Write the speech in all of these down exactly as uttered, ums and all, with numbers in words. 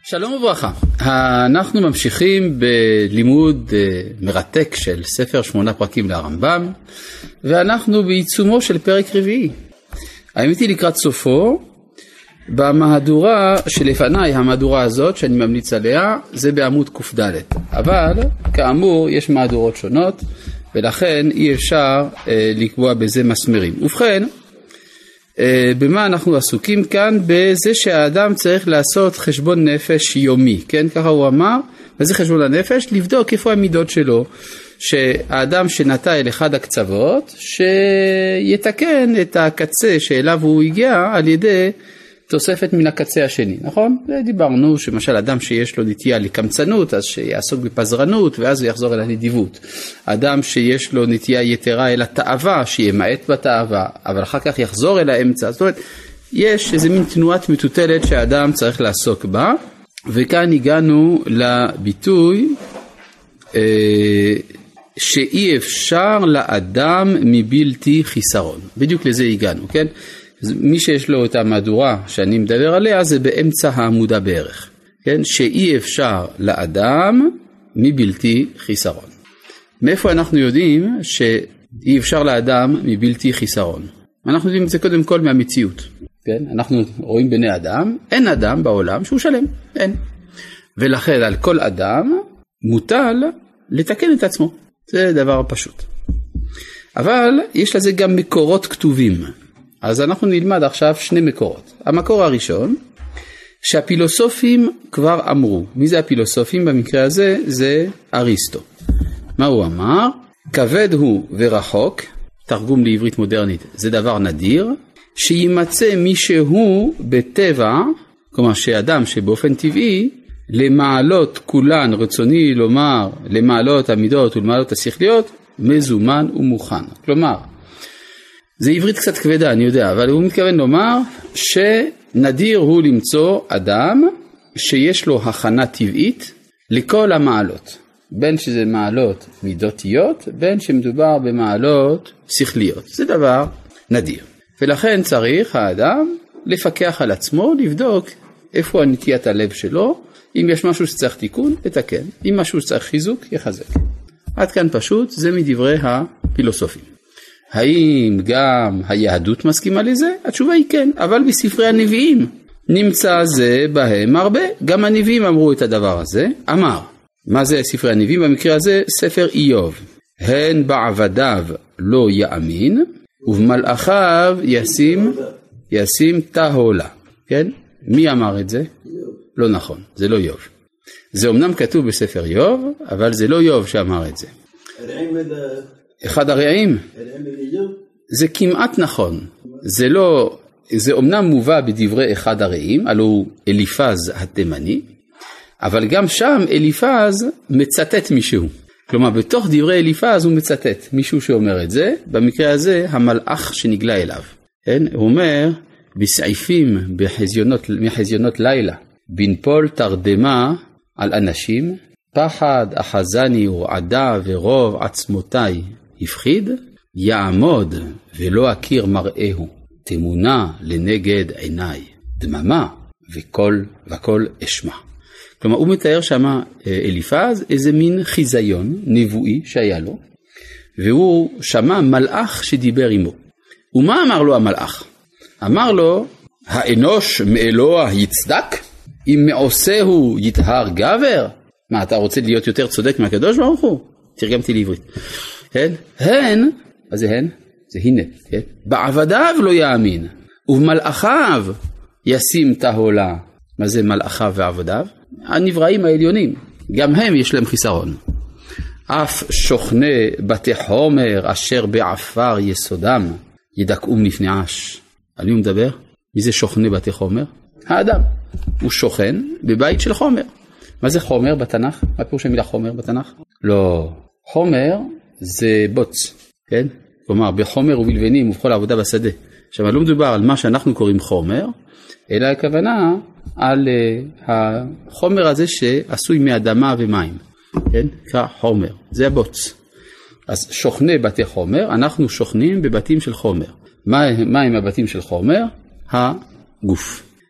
שלום וברכה, אנחנו ממשיכים בלימוד מרתק של ספר שמונה פרקים לרמב"ם, ואנחנו בעיצומו של פרק רביעי. האמת היא לקראת סופו, במהדורה שלפניי, המהדורה הזאת שאני ממליץ עליה, זה בעמוד ק"ד. אבל כאמור יש מהדורות שונות, ולכן אי אפשר אה, לקבוע בזה מסמרים. ובכן, במה אנחנו עסוקים כאן? בזה שהאדם צריך לעשות חשבון נפש יומי, כן? ככה הוא אמר. וזה חשבון הנפש, לבדוק איפה המידות שלו, שהאדם שנטע אל אחד הקצוות, שיתקן את הקצה שאליו הוא הגיע על ידי תוספת מן הקצה השני, נכון? דיברנו שמשל אדם שיש לו נטייה לקמצנות, אז שיעסוק בפזרנות, ואז הוא יחזור אל הנדיבות. אדם שיש לו נטייה יתרה אל התאווה, שימעט בתאווה, אבל אחר כך יחזור אל האמצע. זאת אומרת, יש איזה מין תנועת מטוטלת שהאדם צריך לעסוק בה, וכאן הגענו לביטוי אה, שאי אפשר לאדם מבלתי חיסרון. בדיוק לזה הגענו, כן? מי שיש לו את המהדורה שאני מדבר עליה, זה באמצע העמודה בערך, כן? שאי אפשר לאדם מבלתי חיסרון. מאיפה אנחנו יודעים שאי אפשר לאדם מבלתי חיסרון? אנחנו יודעים את זה קודם כל מהמציאות, כן? אנחנו רואים בני אדם, אין אדם בעולם שהוא שלם, אין. ולכן על כל אדם מוטל לתקן את עצמו, זה דבר פשוט. אבל יש לזה גם מקורות כתובים. אז אנחנו נלמד עכשיו שני מקורות. המקור הראשון, שהפילוסופים כבר אמרו. מי זה הפילוסופים במקרה הזה? זה אריסטו. מה הוא אמר? כבד הוא ורחוק, תרגום לעברית מודרנית, זה דבר נדיר, שימצא מישהו בטבע, כלומר שאדם שבאופן טבעי, למעלות כולן, רצוני לומר, למעלות המידות ולמעלות השכליות, מזומן ומוכן. כלומר, זה עברית קצת כבדה, אני יודע, אבל הוא מתכוון לומר שנדיר הוא למצוא אדם שיש לו הכנה טבעית לכל המעלות, בין שזה מעלות מידותיות, בין שמדובר במעלות שכליות. זה דבר נדיר. ולכן צריך האדם לפקח על עצמו, לבדוק איפה נטיית הלב שלו, אם יש משהו שצריך תיקון, לתקן, אם משהו שצריך חיזוק, יחזק. עד כאן פשוט, זה מדברי הפילוסופים. האם גם היהדות מסכימה לזה? התשובה היא כן, אבל בספרי הנביאים נמצא זה בהם הרבה. גם הנביאים אמרו את הדבר הזה. אמר, מה זה ספרי הנביאים? במקרה הזה ספר איוב. הן בעבדיו לא יאמין, ובמלאכיו ישים, ישים תהולה. כן? מי אמר את זה? לא נכון, זה לא איוב. זה אומנם כתוב בספר איוב, אבל זה לא איוב שאמר את זה. אחד הרעים, זה כמעט נכון, זה לא, זה אומנם מובא בדברי אחד הרעים, הלא הוא אליפז התימני, אבל גם שם אליפז מצטט מישהו, כלומר בתוך דברי אליפז הוא מצטט מישהו שאומר את זה, במקרה הזה המלאך שנגלה אליו, כן? הוא אומר בסעיפים בחזיונות, מחזיונות לילה, בנפול תרדמה על אנשים, פחד אחזני ורעדה ורוב עצמותיי הפחיד, יעמוד ולא אכיר מראהו, תמונה לנגד עיניי, דממה וכל וכל אשמע. כלומר הוא מתאר שמה אליפז איזה מין חיזיון נבואי שהיה לו, והוא שמע מלאך שדיבר עמו. ומה אמר לו המלאך? אמר לו, האנוש מאלוה יצדק, אם מעושהו יטהר גבר. מה, אתה רוצה להיות יותר צודק מהקדוש ברוך הוא? תרגמתי לעברית. כן? הן, מה זה הן? זה הנה, כן? בעבדיו לא יאמין, ובמלאכיו ישים תהולה. מה זה מלאכיו ועבדיו? הנבראים העליונים, גם הם יש להם חיסרון. אף שוכני בתי חומר אשר בעפר יסודם, ידכאום לפני אש. על מי הוא מדבר? מי זה שוכני בתי חומר? האדם. הוא שוכן בבית של חומר. מה זה חומר בתנ"ך? מה פירוש המילה חומר בתנ"ך? לא. חומר זה בוץ, כן? כלומר, בחומר ובלבנים ובכל העבודה בשדה. עכשיו, לא מדובר על מה שאנחנו קוראים חומר, אלא הכוונה על uh, החומר הזה שעשוי מאדמה ומים. כן? קרא חומר. זה הבוץ. אז שוכני בתי חומר, אנחנו שוכנים בבתים של חומר. מה, מה הם הבתים של חומר? הגוף.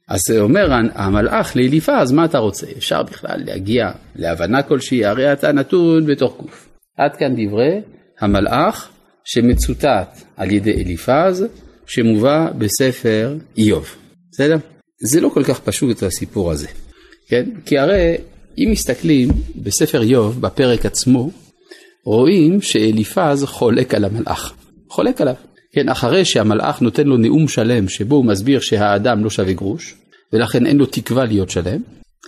אז אומר המלאך לאליפז, מה אתה רוצה? אפשר בכלל להגיע להבנה כלשהי, הרי אתה נתון בתוך גוף. עד כאן דברי המלאך שמצוטט על ידי אליפז, שמובא בספר איוב. בסדר? זה לא כל כך פשוט הסיפור הזה. כן? כי הרי אם מסתכלים בספר איוב, בפרק עצמו, רואים שאליפז חולק על המלאך. חולק עליו. כן, אחרי שהמלאך נותן לו נאום שלם, שבו הוא מסביר שהאדם לא שווה גרוש, ולכן אין לו תקווה להיות שלם,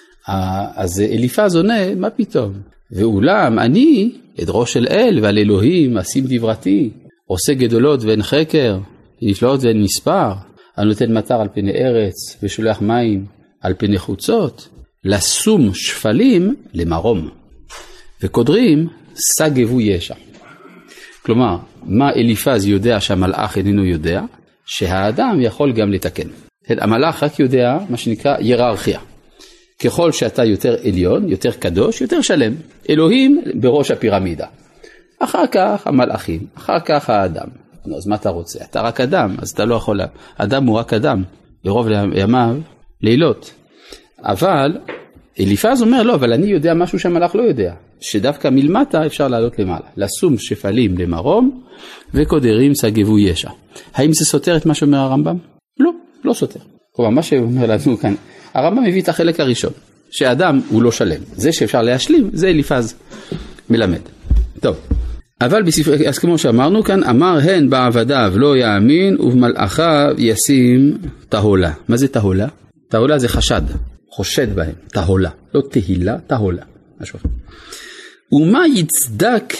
אז אליפז עונה, מה פתאום? ואולם אני, אדרוש אל אל ועל אלוהים, אשים דברתי, עושה גדולות ואין חקר, נפלאות ואין מספר, הנותן מטר על פני ארץ, ושולח מים על פני חוצות, לשום שפלים למרום, וקודרים סגבו ישע. כלומר, מה אליפז יודע שהמלאך איננו יודע? שהאדם יכול גם לתקן. המלאך רק יודע מה שנקרא היררכיה. ככל שאתה יותר עליון, יותר קדוש, יותר שלם. אלוהים בראש הפירמידה. אחר כך המלאכים, אחר כך האדם. נו, אז מה אתה רוצה? אתה רק אדם, אז אתה לא יכול... אדם הוא רק אדם, לרוב ימיו, לילות. אבל אליפז אומר, לא, אבל אני יודע משהו שהמלאך לא יודע. שדווקא מלמטה אפשר לעלות למעלה. לשום שפלים למרום, וקודרים סגבו ישע. האם זה סותר את מה שאומר הרמב"ם? לא, לא סותר. כלומר, מה שאומר לנו כאן, הרמב"ם מביא את החלק הראשון, שאדם הוא לא שלם. זה שאפשר להשלים, זה אליפז מלמד. טוב, אבל בספר, אז כמו שאמרנו כאן, אמר הן בעבדיו לא יאמין, ובמלאכיו ישים תהולה. מה זה תהולה? תהולה זה חשד, חושד בהם, תהולה. לא תהילה, תהולה. משהו אחר. ומה יצדק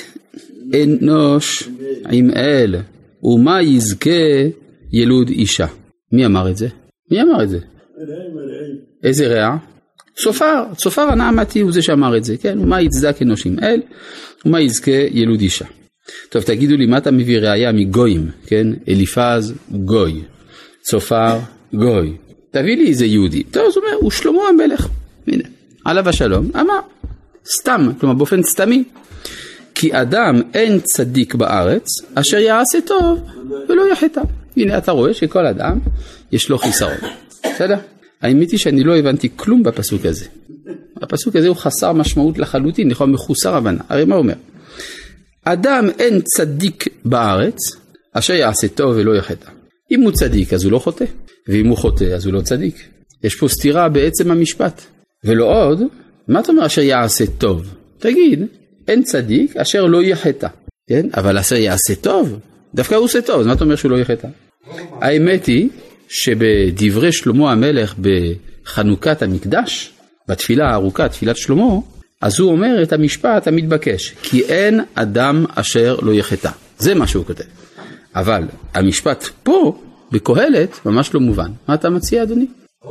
אנוש עם אל, ומה יזכה ילוד אישה. מי אמר את זה? מי אמר את זה? איזה רע? צופר, צופר הנעמתי הוא זה שאמר את זה, כן? ומה יצדק אנוש עם אל, ומה יזכה ילוד אישה. טוב, תגידו לי, מה אתה מביא ראיה מגויים, כן? אליפז גוי, צופר גוי. תביא לי איזה יהודי. טוב, זאת אומרת, הוא שלמה המלך. הנה, עליו השלום, אמר. סתם, כלומר באופן סתמי, כי אדם אין צדיק בארץ אשר יעשה טוב ולא יחטא. הנה אתה רואה שכל אדם יש לו חיסרון. בסדר? האמת היא שאני לא הבנתי כלום בפסוק הזה. הפסוק הזה הוא חסר משמעות לחלוטין, נכון, מחוסר הבנה. הרי מה אומר? אדם אין צדיק בארץ אשר יעשה טוב ולא יחטא. אם הוא צדיק אז הוא לא חוטא, ואם הוא חוטא אז הוא לא צדיק. יש פה סתירה בעצם המשפט. ולא עוד, מה אתה אומר אשר יעשה טוב? תגיד, אין צדיק אשר לא יחטא. כן? אבל אשר יעשה טוב, דווקא הוא עושה טוב, אז מה אתה אומר שהוא לא יחטא? האמת היא שבדברי שלמה המלך בחנוכת המקדש, בתפילה הארוכה, תפילת שלמה, אז הוא אומר את המשפט המתבקש, כי אין אדם אשר לא יחטא. זה מה שהוא כותב. אבל המשפט פה, בקהלת, ממש לא מובן. מה אתה מציע, אדוני?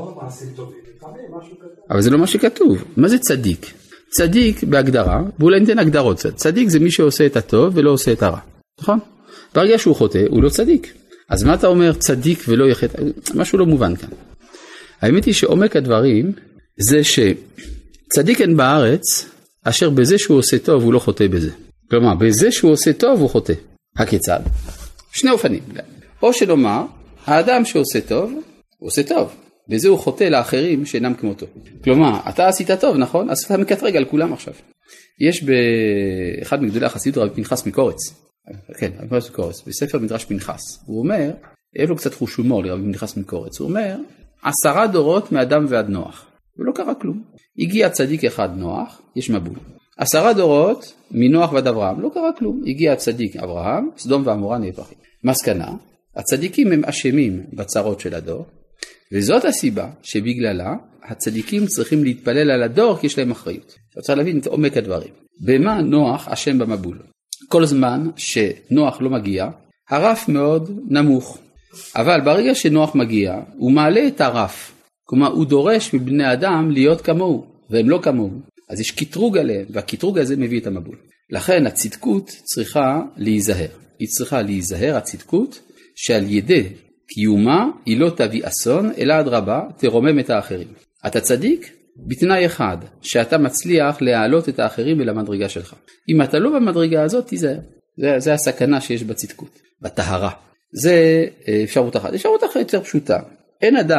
אבל זה לא מה שכתוב. מה זה צדיק? צדיק בהגדרה, ואולי ניתן הגדרות. צדיק זה מי שעושה את הטוב ולא עושה את הרע. נכון? ברגע שהוא חוטא, הוא לא צדיק. אז מה אתה אומר צדיק ולא יחטא? משהו לא מובן כאן. האמת היא שעומק הדברים זה שצדיק אין בארץ, אשר בזה שהוא עושה טוב הוא לא חוטא בזה. כלומר, בזה שהוא עושה טוב הוא חוטא. הכיצד? שני אופנים. או שלומר, האדם שעושה טוב, הוא עושה טוב. בזה הוא חוטא לאחרים שאינם כמותו. כלומר, אתה עשית טוב, נכון? אז אתה מקטרג על כולם עכשיו. יש באחד מגדולי החסידות רבי פנחס מקורץ. כן, רבי פנחס מקורץ, בספר מדרש פנחס. הוא אומר, יש לו קצת חוש הומור לרבי פנחס מקורץ. הוא אומר, עשרה דורות מאדם ועד נוח. ולא קרה כלום. הגיע צדיק אחד נוח, יש מבול. עשרה דורות מנוח ועד אברהם, לא קרה כלום. הגיע צדיק אברהם, סדום ועמורה נהפכים. מסקנה, הצדיקים הם אשמים בצרות של הדור, וזאת הסיבה שבגללה הצדיקים צריכים להתפלל על הדור כי יש להם אחריות. אתה צריך להבין את עומק הדברים. במה נוח אשם במבול? כל זמן שנוח לא מגיע, הרף מאוד נמוך. אבל ברגע שנוח מגיע, הוא מעלה את הרף. כלומר, הוא דורש מבני אדם להיות כמוהו, והם לא כמוהו. אז יש קטרוג עליהם, והקטרוג הזה מביא את המבול. לכן הצדקות צריכה להיזהר. היא צריכה להיזהר, הצדקות, שעל ידי קיומה היא לא תביא אסון, אלא אדרבה תרומם את האחרים. אתה צדיק? בתנאי אחד, שאתה מצליח להעלות את האחרים אל המדרגה שלך. אם אתה לא במדרגה הזאת, תיזהר. זה, זה הסכנה שיש בצדקות, בטהרה. זה אפשרות אחת. אפשרות אחת יותר פשוטה. אין אדם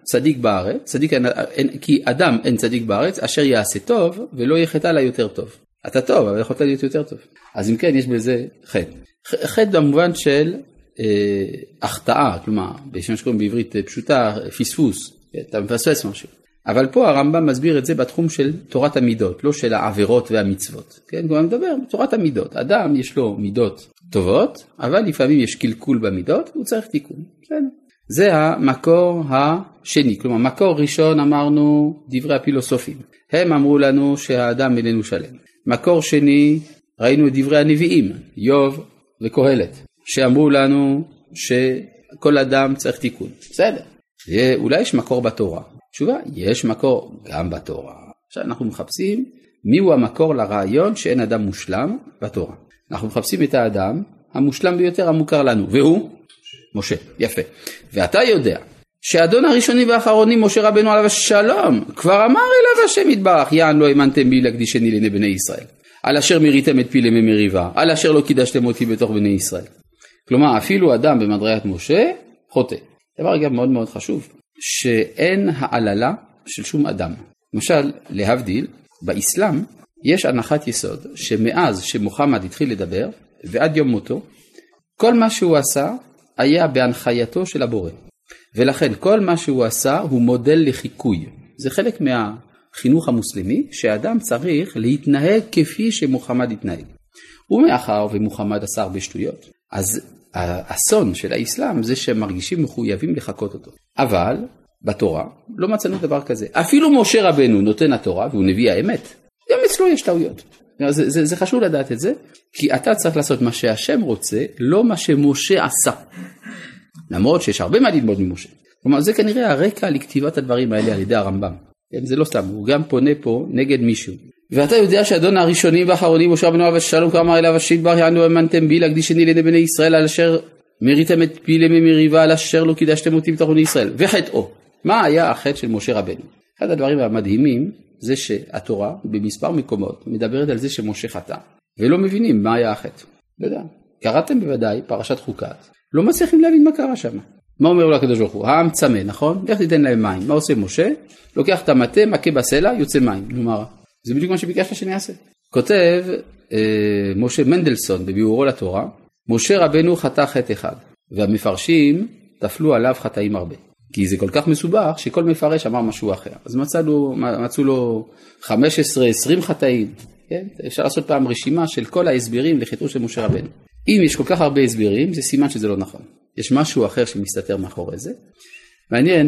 צדיק בארץ, צדיק, כי אדם אין צדיק בארץ, אשר יעשה טוב, ולא יחטא לה יותר טוב. אתה טוב, אבל יכולת להיות יותר טוב. אז אם כן, יש בזה חטא. חטא במובן של אה, החטאה, כלומר, בשם שקוראים בעברית פשוטה, פספוס, אתה מפספס משהו. אבל פה הרמב"ם מסביר את זה בתחום של תורת המידות, לא של העבירות והמצוות. כן, כבר מדבר בתורת המידות. אדם יש לו מידות טובות, אבל לפעמים יש קלקול במידות, הוא צריך תיקון. כן? זה המקור השני. כלומר, מקור ראשון אמרנו דברי הפילוסופים. הם אמרו לנו שהאדם איננו שלם. מקור שני, ראינו את דברי הנביאים, איוב וקהלת, שאמרו לנו שכל אדם צריך תיקון. בסדר. אולי יש מקור בתורה. תשובה, יש מקור גם בתורה. עכשיו אנחנו מחפשים מיהו המקור לרעיון שאין אדם מושלם בתורה. אנחנו מחפשים את האדם המושלם ביותר המוכר לנו, והוא משה. יפה. ואתה יודע שהאדון הראשונים והאחרונים, משה רבנו עליו השלום, כבר אמר אליו השם יתברך, יען לא האמנתם בי להקדישני לעיני בני ישראל, על אשר מריתם את פי למי מריבה, על אשר לא קידשתם אותי בתוך בני ישראל. כלומר, אפילו אדם במדרגת משה חוטא. דבר אגב מאוד מאוד חשוב, שאין העללה של שום אדם. למשל, להבדיל, באסלאם יש הנחת יסוד שמאז שמוחמד התחיל לדבר ועד יום מותו, כל מה שהוא עשה היה בהנחייתו של הבורא. ולכן כל מה שהוא עשה הוא מודל לחיקוי. זה חלק מהחינוך המוסלמי שהאדם צריך להתנהג כפי שמוחמד התנהג. ומאחר ומוחמד עשה הרבה שטויות, אז האסון של האסלאם זה שהם מרגישים מחויבים לחקות אותו. אבל בתורה לא מצאנו דבר כזה. אפילו משה רבנו נותן התורה והוא נביא האמת. גם אצלו יש טעויות. זה, זה, זה חשוב לדעת את זה, כי אתה צריך לעשות מה שהשם רוצה, לא מה שמשה עשה. למרות שיש הרבה מה ללמוד ממשה. כלומר, זה כנראה הרקע לכתיבת הדברים האלה על ידי הרמב"ם. זה לא סתם, הוא גם פונה פה נגד מישהו. ואתה יודע שהאדון הראשונים והאחרונים, משה רבנו עליו השלום, כבר אמר אליו השם יתברך, יען לא האמנתם בי להקדישני לעיני בני ישראל, על אשר מריתם את פי למי מריבה, על אשר לא קידשתם אותי בתוך בני ישראל. וחטאו. מה היה החטא של משה רבנו? אחד הדברים המדהימים זה שהתורה במספר מקומות מדברת על זה שמשה חטא, ולא מבינים מה היה החטא. לא יודע. קראתם בוודאי פרשת חוקת. לא מצליחים להבין מה קרה שם. מה אומר לו הקדוש ברוך הוא? העם צמא, נכון? איך תיתן להם מים? מה עושה משה? לוקח את המטה, מכה בסלע, יוצא מים. נאמר, זה בדיוק מה שביקשת שאני אעשה. כותב אה, משה מנדלסון בביאורו לתורה, משה רבנו חטא חטא אחד, והמפרשים תפלו עליו חטאים הרבה. כי זה כל כך מסובך שכל מפרש אמר משהו אחר. אז מצאו לו, מצאו לו חמש עשרה עשרים חטאים. כן? אפשר לעשות פעם רשימה של כל ההסברים לחטאו של משה רבנו. אם יש כל כך הרבה הסברים, זה סימן שזה לא נכון. יש משהו אחר שמסתתר מאחורי זה. מעניין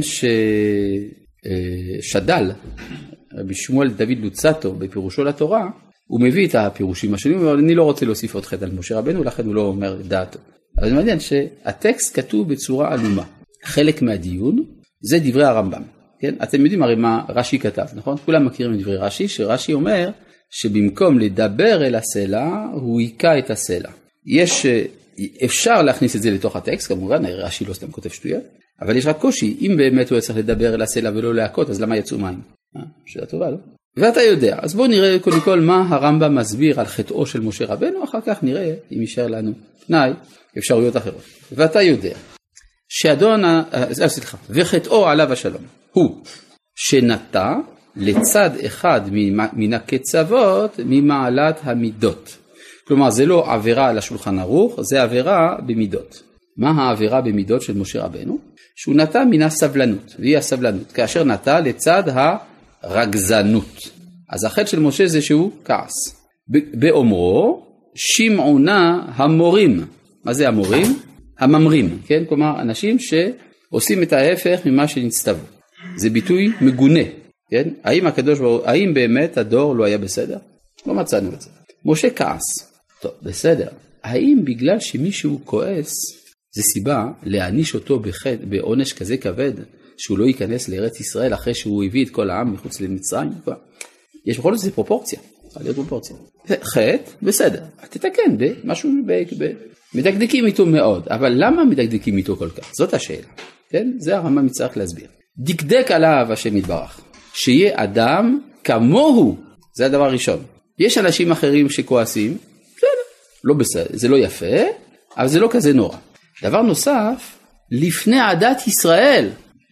ששדל, רבי שמואל דוד לוצטו, בפירושו לתורה, הוא מביא את הפירושים השונים, אבל אני לא רוצה להוסיף עוד חטא על משה רבנו, לכן הוא לא אומר דעתו. אבל זה מעניין שהטקסט כתוב בצורה עלומה. חלק מהדיון זה דברי הרמב"ם. כן? אתם יודעים הרי מה רש"י כתב, נכון? כולם מכירים את דברי רש"י, שרש"י אומר שבמקום לדבר אל הסלע, הוא היקע את הסלע. יש, אפשר להכניס את זה לתוך הטקסט, כמובן, רש"י לא סתם כותב שטויות, אבל יש רק קושי, אם באמת הוא צריך לדבר אל הסלע ולא להכות, אז למה יצאו מים? אה, שאלה טובה, לא? ואתה יודע, אז בואו נראה קודם כל מה הרמב"ם מסביר על חטאו של משה רבנו, אחר כך נראה אם יישאר לנו תנאי, אפשרויות אחרות. ואתה יודע, שאדון, סליחה, וחטאו עליו השלום, הוא שנטע לצד אחד מן הקצוות ממעלת המידות. כלומר, זה לא עבירה על השולחן ערוך, זה עבירה במידות. מה העבירה במידות של משה רבנו? שהוא נטע מן הסבלנות, והיא הסבלנות, כאשר נטע לצד הרגזנות. אז החטא של משה זה שהוא כעס. באומרו, שמעונה המורים. מה זה המורים? הממרים, כן? כלומר, אנשים שעושים את ההפך ממה שנצטוו. זה ביטוי מגונה, כן? האם הקדוש ברוך הוא, האם באמת הדור לא היה בסדר? לא מצאנו את זה. משה כעס. טוב, בסדר. האם בגלל שמישהו כועס, זה סיבה להעניש אותו בחטא, בעונש כזה כבד, שהוא לא ייכנס לארץ ישראל אחרי שהוא הביא את כל העם מחוץ למצרים? יש בכל זאת פרופורציה. צריכה להיות פרופורציה. חטא, בסדר. תתקן במשהו, מדקדקים איתו מאוד. אבל למה מדקדקים איתו כל כך? זאת השאלה. כן? זה הרמב"ם צריך להסביר. דקדק עליו השם יתברך. שיהיה אדם כמוהו. זה הדבר הראשון. יש אנשים אחרים שכועסים, בסדר, לא בסדר, זה לא יפה, אבל זה לא כזה נורא. דבר נוסף, לפני עדת ישראל,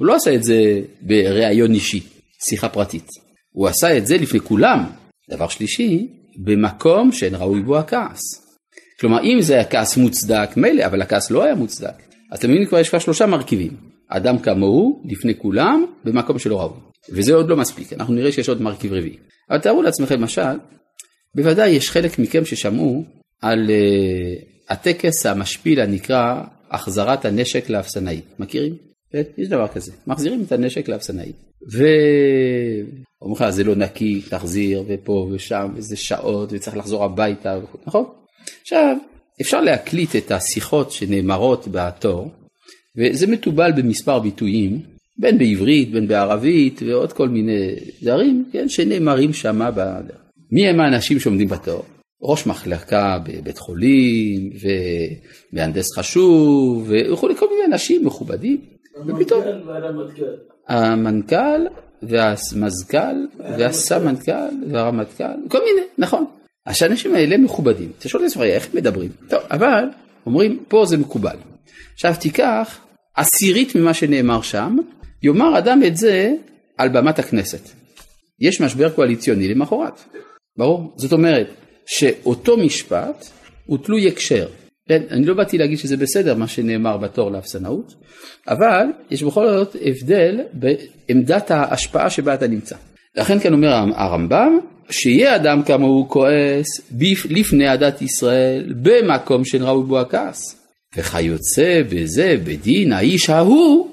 הוא לא עשה את זה בראיון אישי, שיחה פרטית. הוא עשה את זה לפני כולם. דבר שלישי, במקום שאין ראוי בו הכעס. כלומר, אם זה היה כעס מוצדק, מילא, אבל הכעס לא היה מוצדק. אז אתם מבינים, כבר יש כבר שלושה מרכיבים. אדם כמוהו, לפני כולם, במקום שלא ראוי. וזה עוד לא מספיק. אנחנו נראה שיש עוד מרכיב רביעי. אבל תארו לעצמכם, למשל, בוודאי יש חלק מכם ששמעו על uh, הטקס המשפיל הנקרא החזרת הנשק לאפסנאי. מכירים? יש דבר כזה. מחזירים את הנשק לאפסנאי. ואומרים לך, זה לא נקי, תחזיר, ופה ושם, וזה שעות, וצריך לחזור הביתה, וכו'. נכון? עכשיו, אפשר להקליט את השיחות שנאמרות בתור, וזה מטובל במספר ביטויים, בין בעברית, בין בערבית, ועוד כל מיני דברים, כן, שנאמרים שמה בדרך. מי הם האנשים שעומדים בתור? ראש מחלקה בבית חולים, ומהנדס חשוב, וכו' כל מיני אנשים מכובדים. ופתאום, המנכ"ל, והמזכ"ל, והסמנכ"ל, והרמטכ"ל, כל מיני, נכון. האנשים האלה מכובדים. תשאול לעצמך, איך הם מדברים? טוב, אבל, אומרים, פה זה מקובל. עכשיו תיקח, עשירית ממה שנאמר שם, יאמר אדם את זה על במת הכנסת. יש משבר קואליציוני למחרת. ברור? זאת אומרת, שאותו משפט הוא תלוי הקשר. אני לא באתי להגיד שזה בסדר מה שנאמר בתור לאפסנאות, אבל יש בכל זאת הבדל בעמדת ההשפעה שבה אתה נמצא. לכן כאן אומר הרמב"ם, שיהיה אדם כמוהו כועס לפני עדת ישראל במקום שנראו בו הכעס. וכיוצא בזה בדין האיש ההוא,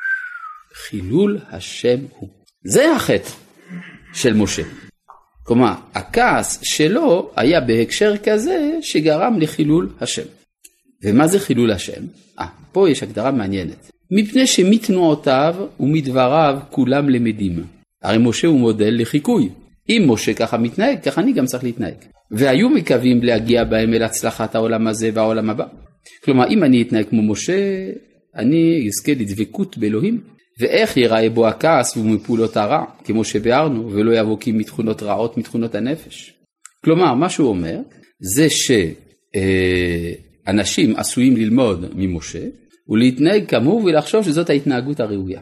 חילול השם הוא. זה החטא של משה. כלומר, הכעס שלו היה בהקשר כזה שגרם לחילול השם. ומה זה חילול השם? אה, פה יש הגדרה מעניינת. מפני שמתנועותיו ומדבריו כולם למדים. הרי משה הוא מודל לחיקוי. אם משה ככה מתנהג, ככה אני גם צריך להתנהג. והיו מקווים להגיע בהם אל הצלחת העולם הזה והעולם הבא. כלומר, אם אני אתנהג כמו משה, אני אזכה לדבקות באלוהים. ואיך ייראה בו הכעס ומפעולות הרע, כמו שביארנו, ולא יבוא כי מתכונות רעות מתכונות הנפש. כלומר, מה שהוא אומר, זה שאנשים עשויים ללמוד ממשה, ולהתנהג כמוהו ולחשוב שזאת ההתנהגות הראויה.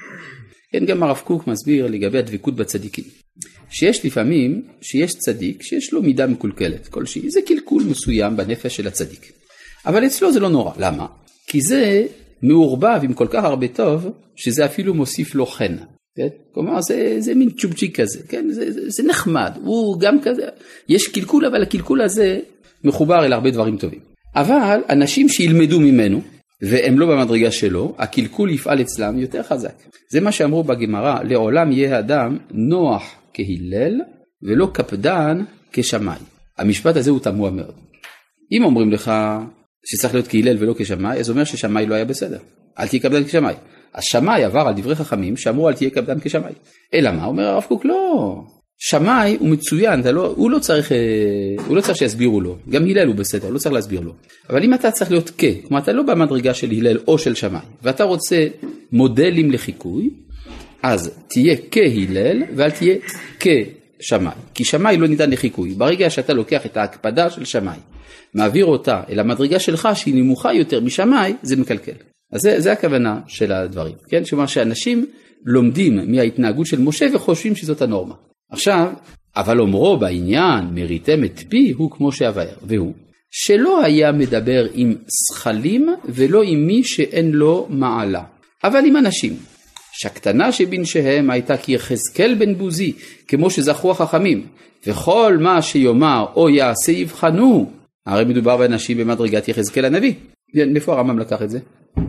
כן, גם הרב קוק מסביר לגבי הדבקות בצדיקים. שיש לפעמים, שיש צדיק, שיש לו מידה מקולקלת כלשהי, זה קלקול מסוים בנפש של הצדיק. אבל אצלו זה לא נורא. למה? כי זה מעורבב עם כל כך הרבה טוב, שזה אפילו מוסיף לו חן. כן? כלומר, זה, זה מין צ'ופצ'יק כזה. כן? זה, זה, זה נחמד. הוא גם כזה, יש קלקול, אבל הקלקול הזה מחובר אל הרבה דברים טובים. אבל אנשים שילמדו ממנו, והם לא במדרגה שלו, הקלקול יפעל אצלם יותר חזק. זה מה שאמרו בגמרא, לעולם יהיה אדם נוח כהלל, ולא קפדן כשמאי. המשפט הזה הוא תמוה מאוד. אם אומרים לך שצריך להיות כהלל ולא כשמאי, אז אומר ששמאי לא היה בסדר. אל תהיה קפדן כשמאי. אז שמאי עבר על דברי חכמים שאמרו אל תהיה קפדן כשמאי. אלא מה? אומר הרב קוק, לא. שמאי הוא מצוין, לא, הוא, לא צריך, הוא לא צריך שיסבירו לו. גם הלל הוא בסדר, לא צריך להסביר לו. אבל אם אתה צריך להיות כ, כמו אתה לא במדרגה של הלל או של שמאי, ואתה רוצה מודלים לחיקוי, אז תהיה כהלל ואל תהיה כשמאי. כי שמאי לא ניתן לחיקוי. ברגע שאתה לוקח את ההקפדה של שמאי, מעביר אותה אל המדרגה שלך שהיא נמוכה יותר משמאי, זה מקלקל. אז זה, זה הכוונה של הדברים. כן? שמה שאנשים לומדים מההתנהגות של משה וחושבים שזאת הנורמה. עכשיו, אבל אומרו בעניין מריתם את פי הוא כמו שאבאר, והוא שלא היה מדבר עם שכלים ולא עם מי שאין לו מעלה, אבל עם אנשים שהקטנה שבנשיהם הייתה כיחזקאל בן בוזי, כמו שזכו החכמים, וכל מה שיאמר או יעשה יבחנו. הרי מדובר באנשים במדרגת יחזקאל הנביא. איפה הרמב"ם לקח את זה?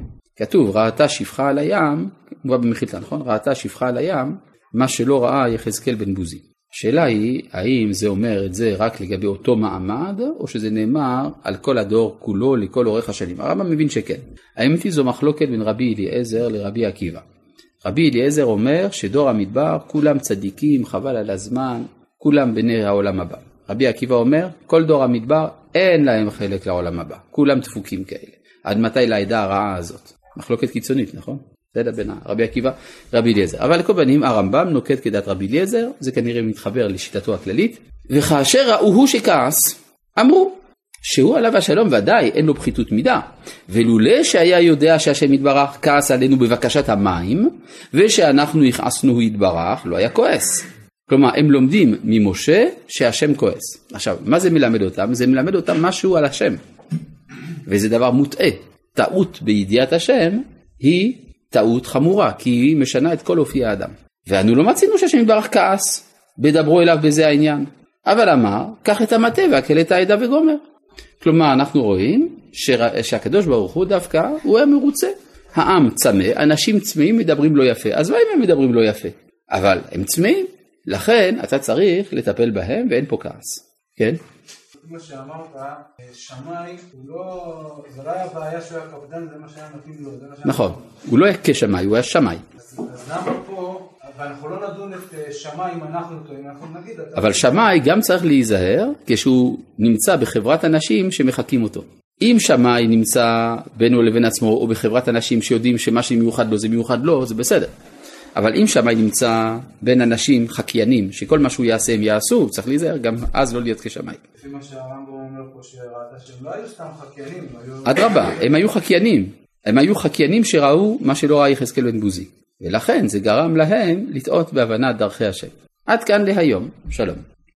כתוב ראתה שפחה על הים, הוא במחילתא, נכון? ראתה שפחה על הים, מה שלא ראה יחזקאל בן בוזי. השאלה היא, האם זה אומר את זה רק לגבי אותו מעמד, או שזה נאמר על כל הדור כולו, לכל אורך השנים? הרמב"ם מבין שכן. האמת היא זו מחלוקת בין רבי אליעזר לרבי עקיבא. רבי אליעזר אומר שדור המדבר, כולם צדיקים, חבל על הזמן, כולם בני העולם הבא. רבי עקיבא אומר, כל דור המדבר אין להם חלק לעולם הבא, כולם דפוקים כאלה. עד מתי לעדה הרעה הזאת? מחלוקת קיצונית, נכון? זה לבין רבי עקיבא, רבי אליעזר. אבל לכל פנים, הרמב"ם נוקט כדת רבי אליעזר, זה כנראה מתחבר לשיטתו הכללית, וכאשר ראוהו שכעס, אמרו, שהוא עליו השלום ודאי אין לו פחיתות מידה, ולולא שהיה יודע שהשם יתברך כעס עלינו בבקשת המים, ושאנחנו יכעסנו יתברך, לא היה כועס. כלומר, הם לומדים ממשה שהשם כועס. עכשיו, מה זה מלמד אותם? זה מלמד אותם משהו על השם. וזה דבר מוטעה. טעות בידיעת השם היא טעות חמורה, כי היא משנה את כל אופי האדם. ואנו לא מצינו שהשם יתברך כעס, בדברו אליו בזה העניין. אבל אמר, קח את המטה והקל את העדה וגומר. כלומר, אנחנו רואים שהקדוש ברוך הוא דווקא, הוא היה מרוצה. העם צמא, אנשים צמאים מדברים לא יפה. אז מה אם הם מדברים לא יפה? אבל הם צמאים, לכן אתה צריך לטפל בהם ואין פה כעס. כן? כמו שאמרת, שמאי, לא... זה לא היה בעיה שהוא היה קפדן, זה מה שהיה מתאים לו. נכון, הוא לא היה כשמאי, הוא היה שמאי. אז למה פה, ואנחנו לא נדון את שמאי אם אנחנו טועים, אנחנו נגיד... אבל שמאי גם צריך להיזהר כשהוא נמצא בחברת אנשים שמחכים אותו. אם שמאי נמצא בינו לבין עצמו, או בחברת אנשים שיודעים שמה שמיוחד לו זה מיוחד לו, זה בסדר. אבל אם שמאי נמצא בין אנשים חקיינים, שכל מה שהוא יעשה הם יעשו, צריך להיזהר, גם אז לא להיות כשמאי. לפי מה שהרמב"ם אומר פה שראתה שהם לא היו סתם חקיינים. אדרבה, הם היו חקיינים. הם היו חקיינים שראו מה שלא ראה יחזקאל בן בוזי. ולכן זה גרם להם לטעות בהבנת דרכי השם. עד כאן להיום. שלום.